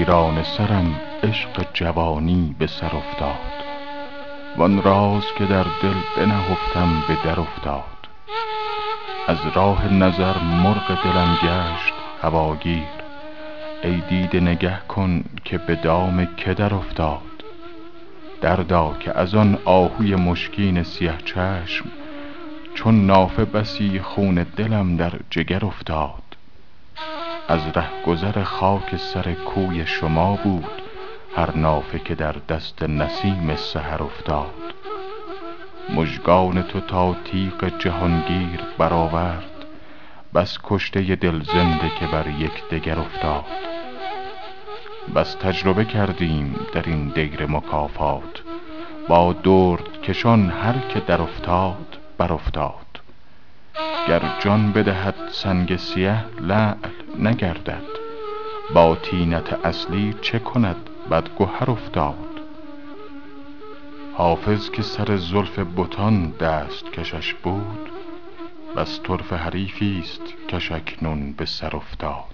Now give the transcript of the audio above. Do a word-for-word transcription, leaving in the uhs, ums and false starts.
حیران سرم عشق جوانی به سر افتاد، وان راز که در دل بنهفتم به در افتاد. از راه نظر مرغ دلم گشت هواگیر، ای دیده نگه کن که به دام که در افتاد. دردا که از آن آهوی مشکین سیه چشم، چون نافه بسی خون دلم در جگر افتاد. از رهگذر خاک سر کوی شما بود هر نافه که در دست نسیم سحر افتاد. مژگان تو تا تیغ جهانگیر برآورد، بس کشته دل زنده که بر یکدگر افتاد. بس تجربه کردیم در این دیر مکافات، با درد کشان هر که در افتاد بر افتاد. گر جان بدهد سنگ سیه لعل نگردد، با طینت اصلی چه کند بد گهر افتاد. حافظ که سر زلف بتان دست کشش بود، بس طرفه حریفی است کش اکنون به سر افتاد.